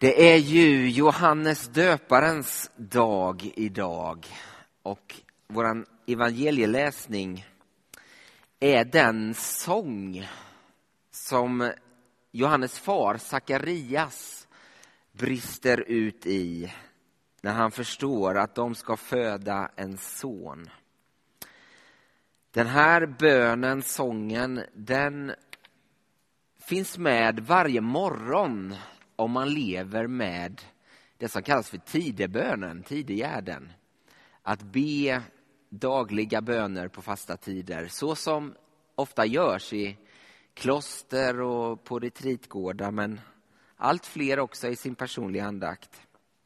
Det är ju Johannes döparens dag idag och våran evangelieläsning är den sång som Johannes far Sakarias brister ut i när han förstår att de ska föda en son. Den här bönen, sången, den finns med varje morgon om man lever med det som kallas för tidebönen, tidegärden. Att be dagliga böner på fasta tider, så som ofta görs i kloster och på retreatgårdar, men allt fler också i sin personliga andakt.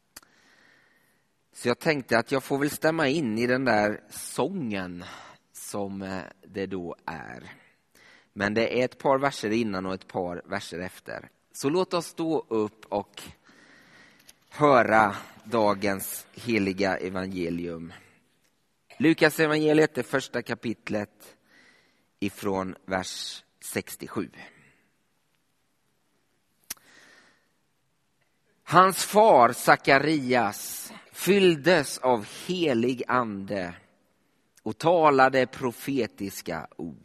Så jag tänkte att jag får väl stämma in i den där sången som det då är. Men det är ett par verser innan och ett par verser efter. Så låt oss stå upp och höra dagens heliga evangelium. Lukas evangeliet, det första kapitlet ifrån vers 67. Hans far Sakarias fylldes av helig ande och talade profetiska ord.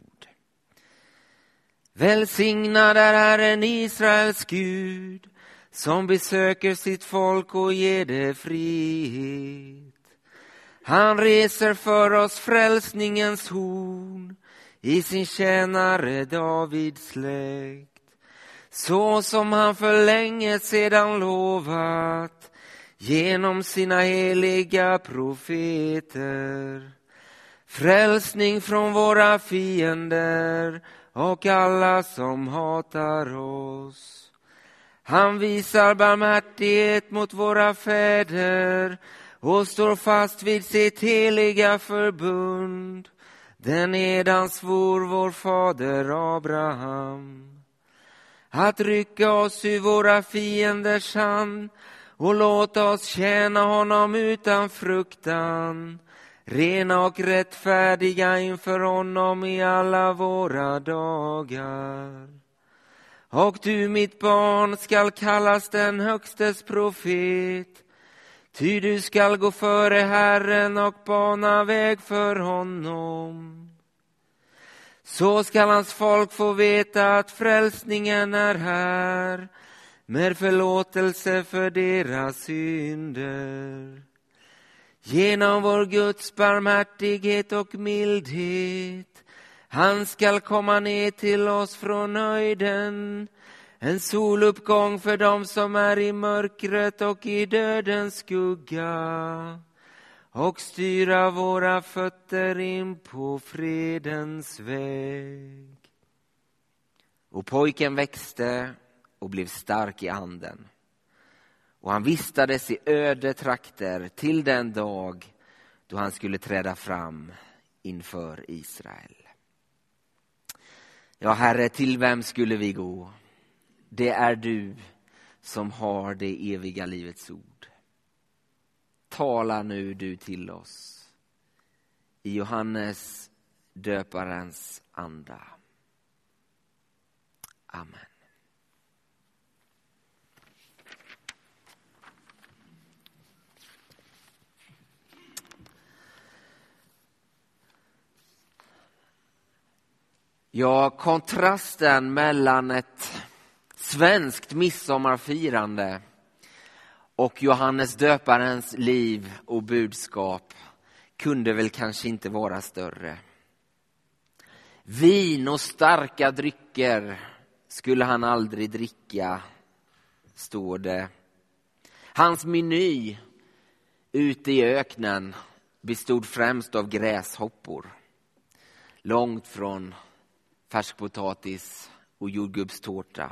Välsignad är Herren Israels Gud, som besöker sitt folk och ger det frihet. Han reser för oss frälsningens horn i sin tjänare Davids släkt, så som han för länge sedan lovat genom sina heliga profeter. Frälsning från våra fiender och alla som hatar oss. Han visar barmhärtighet mot våra fäder och står fast vid sitt heliga förbund. Den edan svor vår fader Abraham, att rycka oss ur våra fienders hand och låta oss tjäna honom utan fruktan, rena och rättfärdiga inför honom i alla våra dagar. Och du, mitt barn, skall kallas den högstes profet, ty du skall gå före Herren och bana väg för honom. Så skall hans folk få veta att frälsningen är här, med förlåtelse för deras synder. Genom vår Guds barmhärtighet och mildhet, han skall komma ner till oss från höjden, en soluppgång för dem som är i mörkret och i dödens skugga, och styra våra fötter in på fredens väg. Och pojken växte och blev stark i anden, och han vistades i öde trakter till den dag då han skulle träda fram inför Israel. Ja, Herre, till vem skulle vi gå? Det är du som har det eviga livets ord. Tala nu du till oss i Johannes döparens anda. Amen. Ja, kontrasten mellan ett svenskt midsommarfirande och Johannes döparens liv och budskap kunde väl kanske inte vara större. Vin och starka drycker skulle han aldrig dricka, står det. Hans meny ute i öknen bestod främst av gräshoppor, långt från färskpotatis och jordgubbstårta.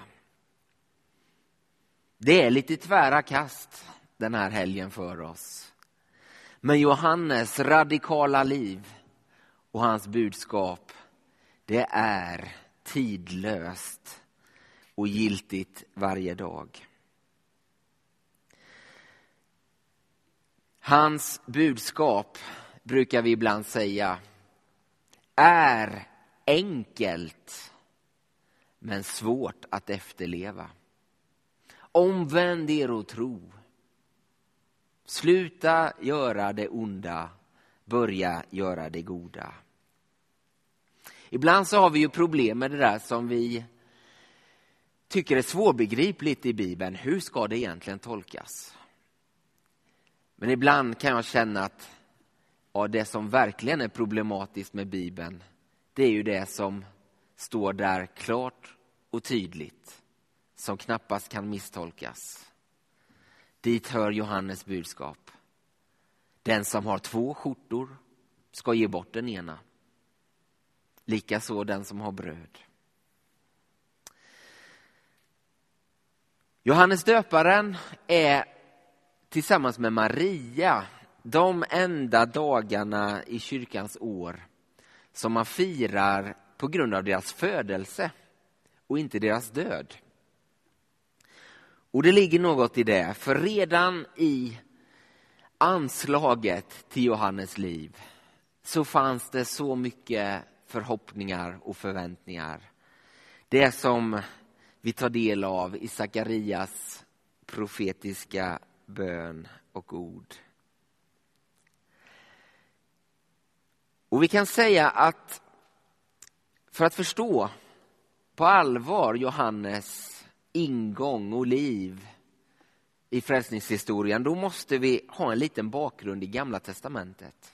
Det är lite tvära kast den här helgen för oss. Men Johannes radikala liv och hans budskap, det är tidlöst och giltigt varje dag. Hans budskap, brukar vi ibland säga, är enkelt men svårt att efterleva. Omvänd er och tro. Sluta göra det onda, börja göra det goda. Ibland så har vi ju problem med det där som vi tycker är svårbegripligt i Bibeln. Hur ska det egentligen tolkas? Men ibland kan jag känna att det som verkligen är problematiskt med Bibeln, det är ju det som står där klart och tydligt, som knappast kan misstolkas. Dit hör Johannes budskap. Den som har 2 skjortor ska ge bort den ena. Likaså den som har bröd. Johannes döparen är tillsammans med Maria de enda dagarna i kyrkans år som man firar på grund av deras födelse och inte deras död. Och det ligger något i det, för redan i anslaget till Johannes liv så fanns det så mycket förhoppningar och förväntningar. Det som vi tar del av i Sakarias profetiska bön och ord. Och vi kan säga att för att förstå på allvar Johannes ingång och liv i frälsningshistorien, då måste vi ha en liten bakgrund i Gamla testamentet.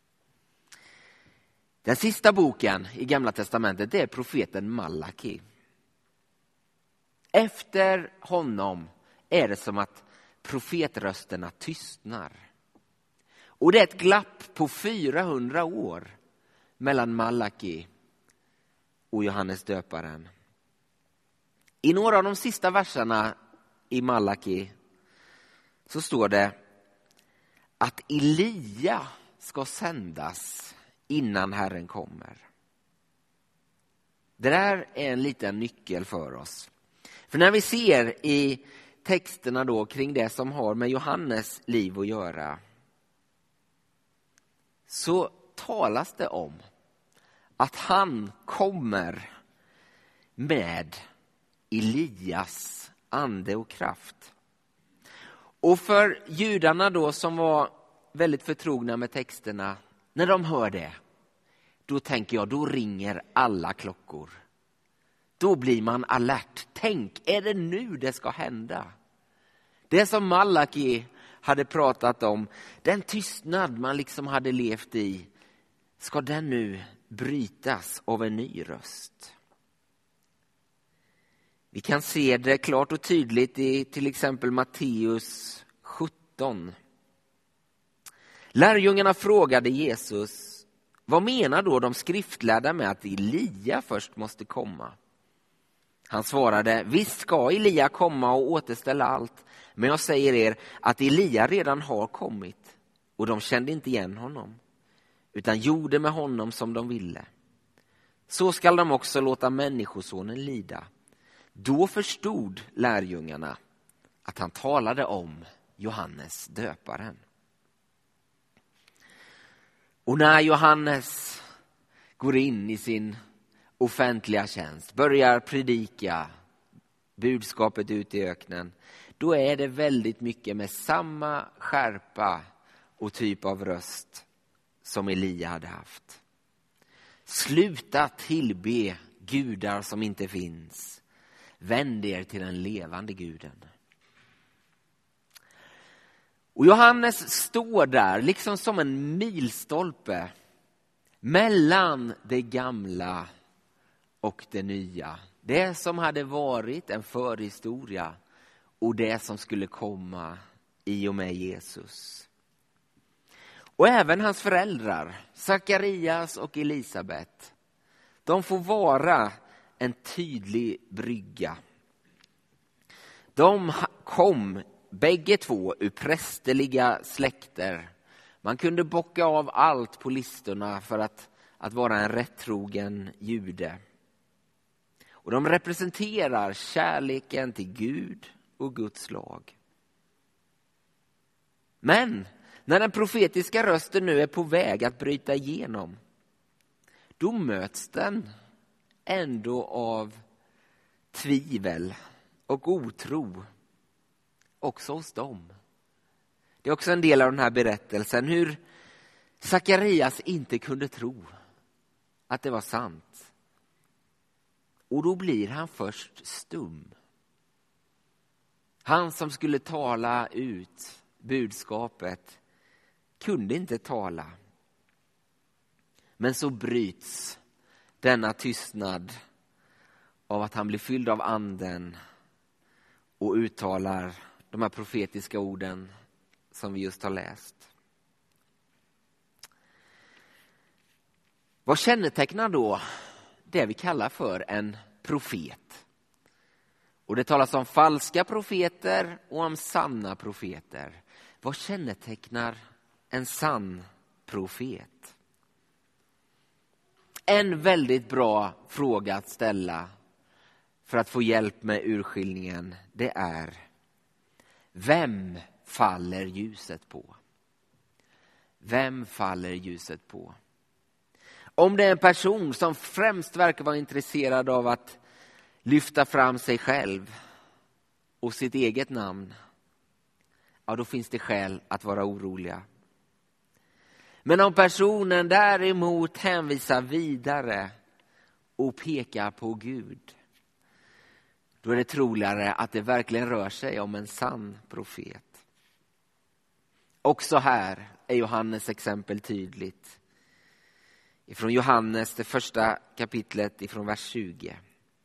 Den sista boken i Gamla testamentet, det är profeten Malaki. Efter honom är det som att profetrösterna tystnar. Och det är ett glapp på 400 år mellan Malaki och Johannes döparen. I några av de sista verserna i Malaki så står det att Elia ska sändas innan Herren kommer. Det där är en liten nyckel för oss. För när vi ser i texterna då kring det som har med Johannes liv att göra, så talas det om att han kommer med Elias ande och kraft. Och för judarna då som var väldigt förtrogna med texterna, när de hör det, då tänker jag, då ringer alla klockor. Då blir man alert. Tänk, är det nu det ska hända? Det som Malaki hade pratat om, den tystnad man liksom hade levt i, ska den nu brytas av en ny röst? Vi kan se det klart och tydligt i till exempel Matteus 17. Lärjungarna frågade Jesus, vad menar då de skriftlärda med att Elia först måste komma? Han svarade, visst ska Elia komma och återställa allt, men jag säger er att Elia redan har kommit och de kände inte igen honom, utan gjorde med honom som de ville. Så skall de också låta människosonen lida. Då förstod lärjungarna att han talade om Johannes döparen. Och när Johannes går in i sin offentliga tjänst, börjar predika budskapet ut i öknen, då är det väldigt mycket med samma skärpa och typ av röst som Elia hade haft. Sluta tillbe gudar som inte finns. Vänd er till den levande guden. Och Johannes står där liksom som en milstolpe mellan det gamla och det nya. Det som hade varit en förhistoria och det som skulle komma i och med Jesus. Och även hans föräldrar, Sakarias och Elisabet, de får vara en tydlig brygga. De kom bägge två ur prästerliga släkter. Man kunde bocka av allt på listorna för att vara en rättrogen jude. Och de representerar kärleken till Gud och Guds lag. Men när den profetiska rösten nu är på väg att bryta igenom, då möts den ändå av tvivel och otro också hos dem. Det är också en del av den här berättelsen hur Sakarias inte kunde tro att det var sant. Och då blir han först stum. Han som skulle tala ut budskapet kunde inte tala. Men så bryts denna tystnad av att han blir fylld av anden och uttalar de här profetiska orden som vi just har läst. Vad kännetecknar då det vi kallar för en profet? Och det talas om falska profeter och om sanna profeter. Vad kännetecknar en sann profet? En väldigt bra fråga att ställa för att få hjälp med urskiljningen, det är: vem faller ljuset på? Vem faller ljuset på? Om det är en person som främst verkar vara intresserad av att lyfta fram sig själv och sitt eget namn, ja, då finns det skäl att vara oroliga. Men om personen däremot hänvisar vidare och pekar på Gud, då är det troligare att det verkligen rör sig om en sann profet. Också här är Johannes exempel tydligt. Ifrån Johannes, det första kapitlet, ifrån vers 20.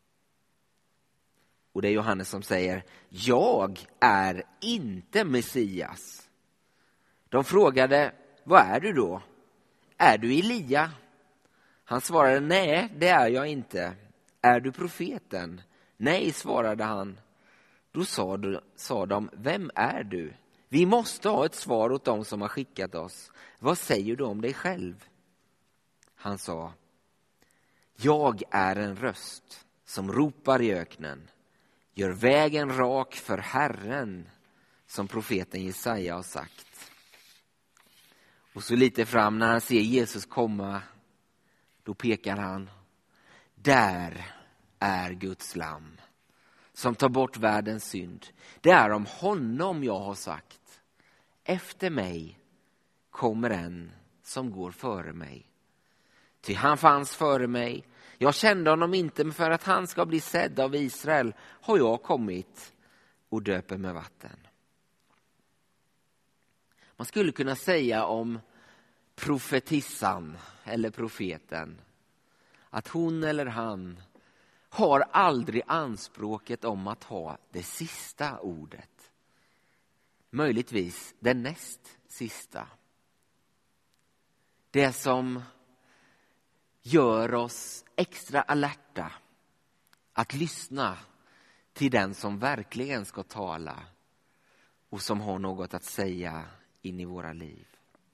Och det är Johannes som säger: jag är inte Messias. De frågade: vad är du då? Är du Elia? Han svarade: nej, det är jag inte. Är du profeten? Nej, svarade han. Då sa de: vem är du? Vi måste ha ett svar åt dem som har skickat oss. Vad säger du om dig själv? Han sa: jag är en röst som ropar i öknen. Gör vägen rak för Herren, som profeten Jesaja har sagt. Och så lite fram när han ser Jesus komma, då pekar han: där är Guds lamm som tar bort världens synd. Det är om honom jag har sagt: efter mig kommer en som går före mig. Ty han fanns före mig. Jag kände honom inte, men för att han ska bli sedd av Israel har jag kommit och döper med vatten. Man skulle kunna säga om profetissan eller profeten att hon eller han har aldrig anspråket om att ha det sista ordet. Möjligtvis det näst sista. Det som gör oss extra alerta att lyssna till den som verkligen ska tala och som har något att säga in i våra liv.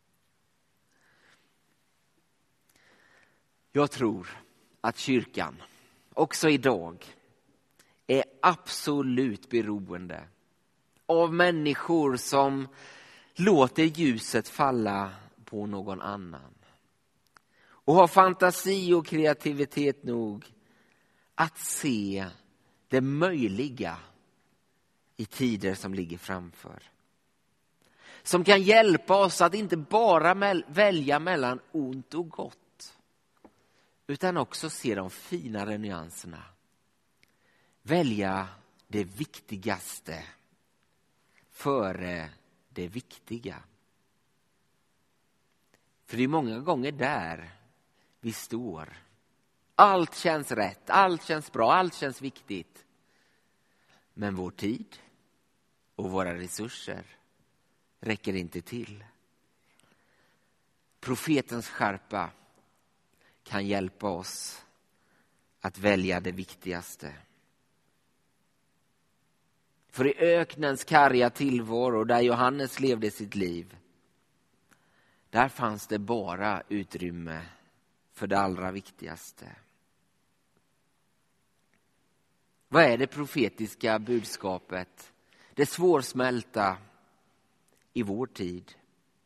Jag tror att kyrkan också idag är absolut beroende av människor som låter ljuset falla på någon annan. Och har fantasi och kreativitet nog att se det möjliga i tider som ligger framför. Som kan hjälpa oss att inte bara välja mellan ont och gott, utan också se de finare nyanserna. Välja det viktigaste före det viktiga. För det är många gånger där vi står. Allt känns rätt, allt känns bra, allt känns viktigt. Men vår tid och våra resurser räcker inte till. Profetens skärpa kan hjälpa oss att välja det viktigaste. För i öknens karga tillvaro där Johannes levde sitt liv, där fanns det bara utrymme för det allra viktigaste. Vad är det profetiska budskapet? Det svårsmälta i vår tid.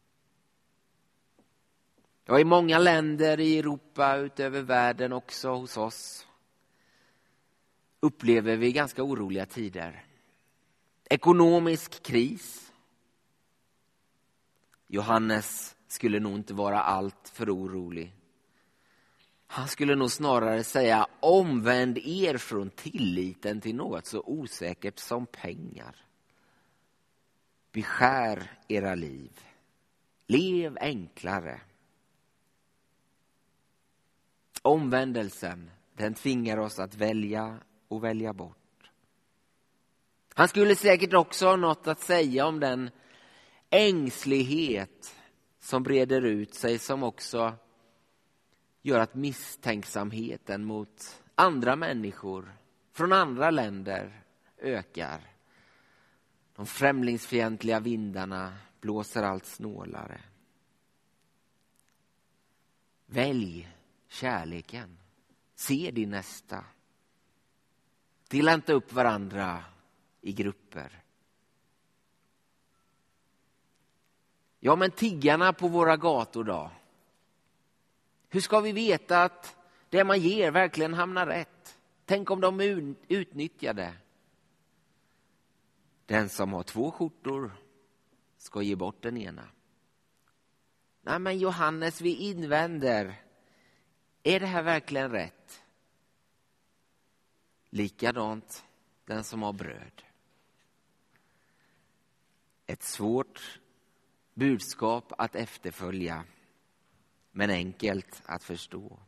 Ja, i många länder i Europa, utöver världen, också hos oss, upplever vi ganska oroliga tider. Ekonomisk kris. Johannes skulle nog inte vara allt för orolig. Han skulle nog snarare säga: omvänd er från tilliten till något så osäkert som pengar. Beskär era liv. Lev enklare. Omvändelsen, den tvingar oss att välja och välja bort. Han skulle säkert också ha något att säga om den ängslighet som breder ut sig, som också gör att misstänksamheten mot andra människor från andra länder ökar. De främlingsfientliga vindarna blåser allt snålare. Välj kärleken. Se din nästa. Dela inte upp varandra i grupper. Ja, men tiggarna på våra gator då? Hur ska vi veta att det man ger verkligen hamnar rätt? Tänk om de är utnyttjade. Den som har 2 skjortor ska ge bort den ena. Nej, men Johannes, vi invänder. Är det här verkligen rätt? Likadant den som har bröd. Ett svårt budskap att efterfölja, men enkelt att förstå.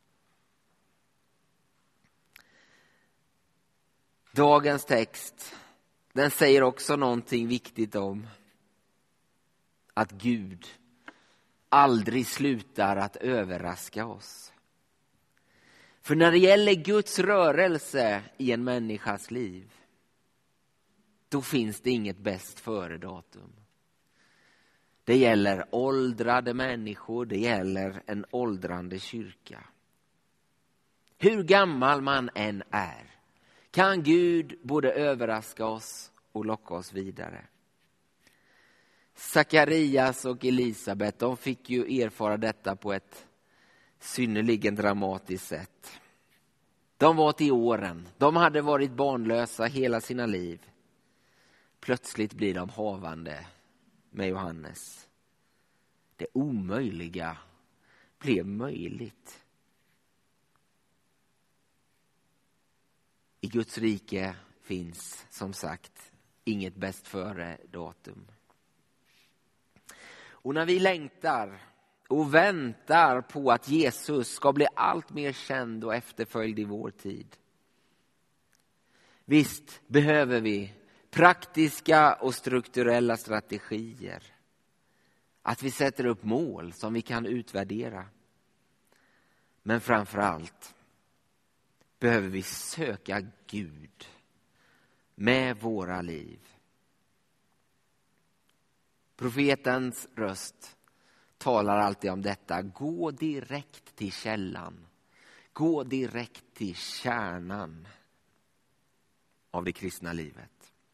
Dagens text, den säger också någonting viktigt om att Gud aldrig slutar att överraska oss. För när det gäller Guds rörelse i en människas liv, då finns det inget bäst före datum. Det gäller åldrade människor, det gäller en åldrande kyrka. Hur gammal man än är kan Gud både överraska oss och locka oss vidare. Sakarias och Elisabet, de fick ju erfara detta på ett synnerligen dramatiskt sätt. De var till åren, de hade varit barnlösa hela sina liv. Plötsligt blir de havande med Johannes. Det omöjliga blev möjligt. I Guds rike finns som sagt inget bäst före datum. Och när vi längtar och väntar på att Jesus ska bli allt mer känd och efterföljd i vår tid. Visst behöver vi praktiska och strukturella strategier. Att vi sätter upp mål som vi kan utvärdera. Men framför allt behöver vi söka Gud med våra liv. Profetens röst talar alltid om detta. Gå direkt till källan. Gå direkt till kärnan av det kristna livet.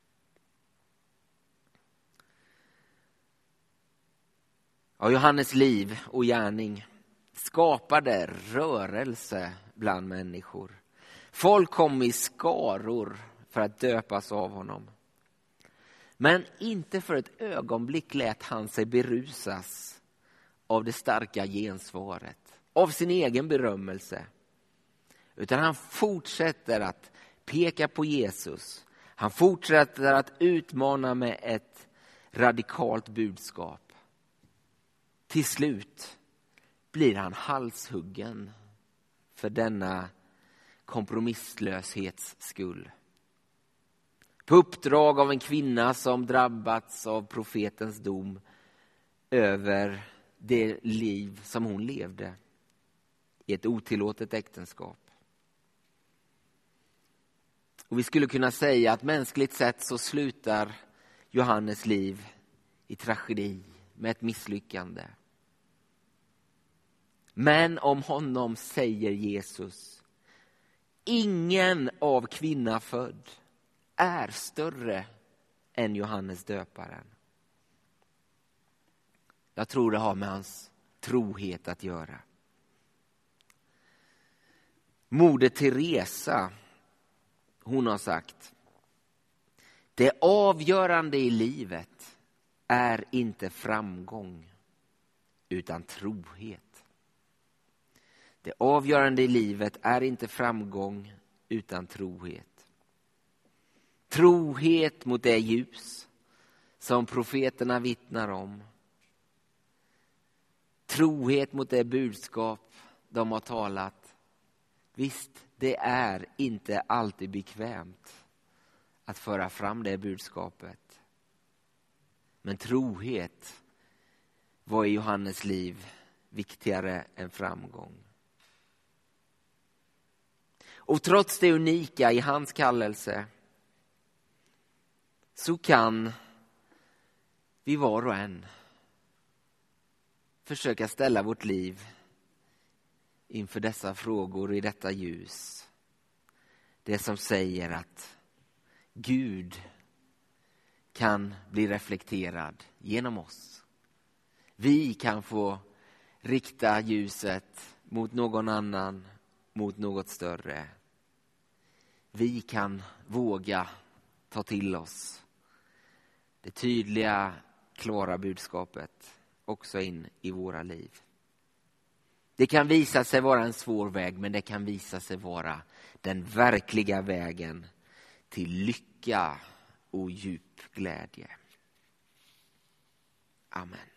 Ja, Johannes liv och gärning skapade rörelse bland människor. Folk kom i skaror för att döpas av honom. Men inte för ett ögonblick lät han sig berusas av det starka gensvaret, av sin egen berömmelse. Utan han fortsätter att peka på Jesus. Han fortsätter att utmana med ett radikalt budskap. Till slut blir han halshuggen för denna kompromisslöshets skull. På uppdrag av en kvinna som drabbats av profetens dom över det liv som hon levde i ett otillåtet äktenskap. Och vi skulle kunna säga att mänskligt sett så slutar Johannes liv i tragedi med ett misslyckande. Men om honom säger Jesus: ingen av kvinna född är större än Johannes döparen. Jag tror det har med hans trohet att göra. Moder Teresa, hon har sagt: Det avgörande i livet är inte framgång utan trohet. Det avgörande i livet är inte framgång utan trohet. Trohet mot det ljus som profeterna vittnar om. Trohet mot det budskap de har talat. Visst, det är inte alltid bekvämt att föra fram det budskapet. Men trohet var i Johannes liv viktigare än framgång. Och trots det unika i hans kallelse så kan vi var och en försöka ställa vårt liv inför dessa frågor i detta ljus. Det som säger att Gud kan bli reflekterad genom oss. Vi kan få rikta ljuset mot någon annan, mot något större. Vi kan våga ta till oss det tydliga, klara budskapet också in i våra liv. Det kan visa sig vara en svår väg, men det kan visa sig vara den verkliga vägen till lycka och djup glädje. Amen.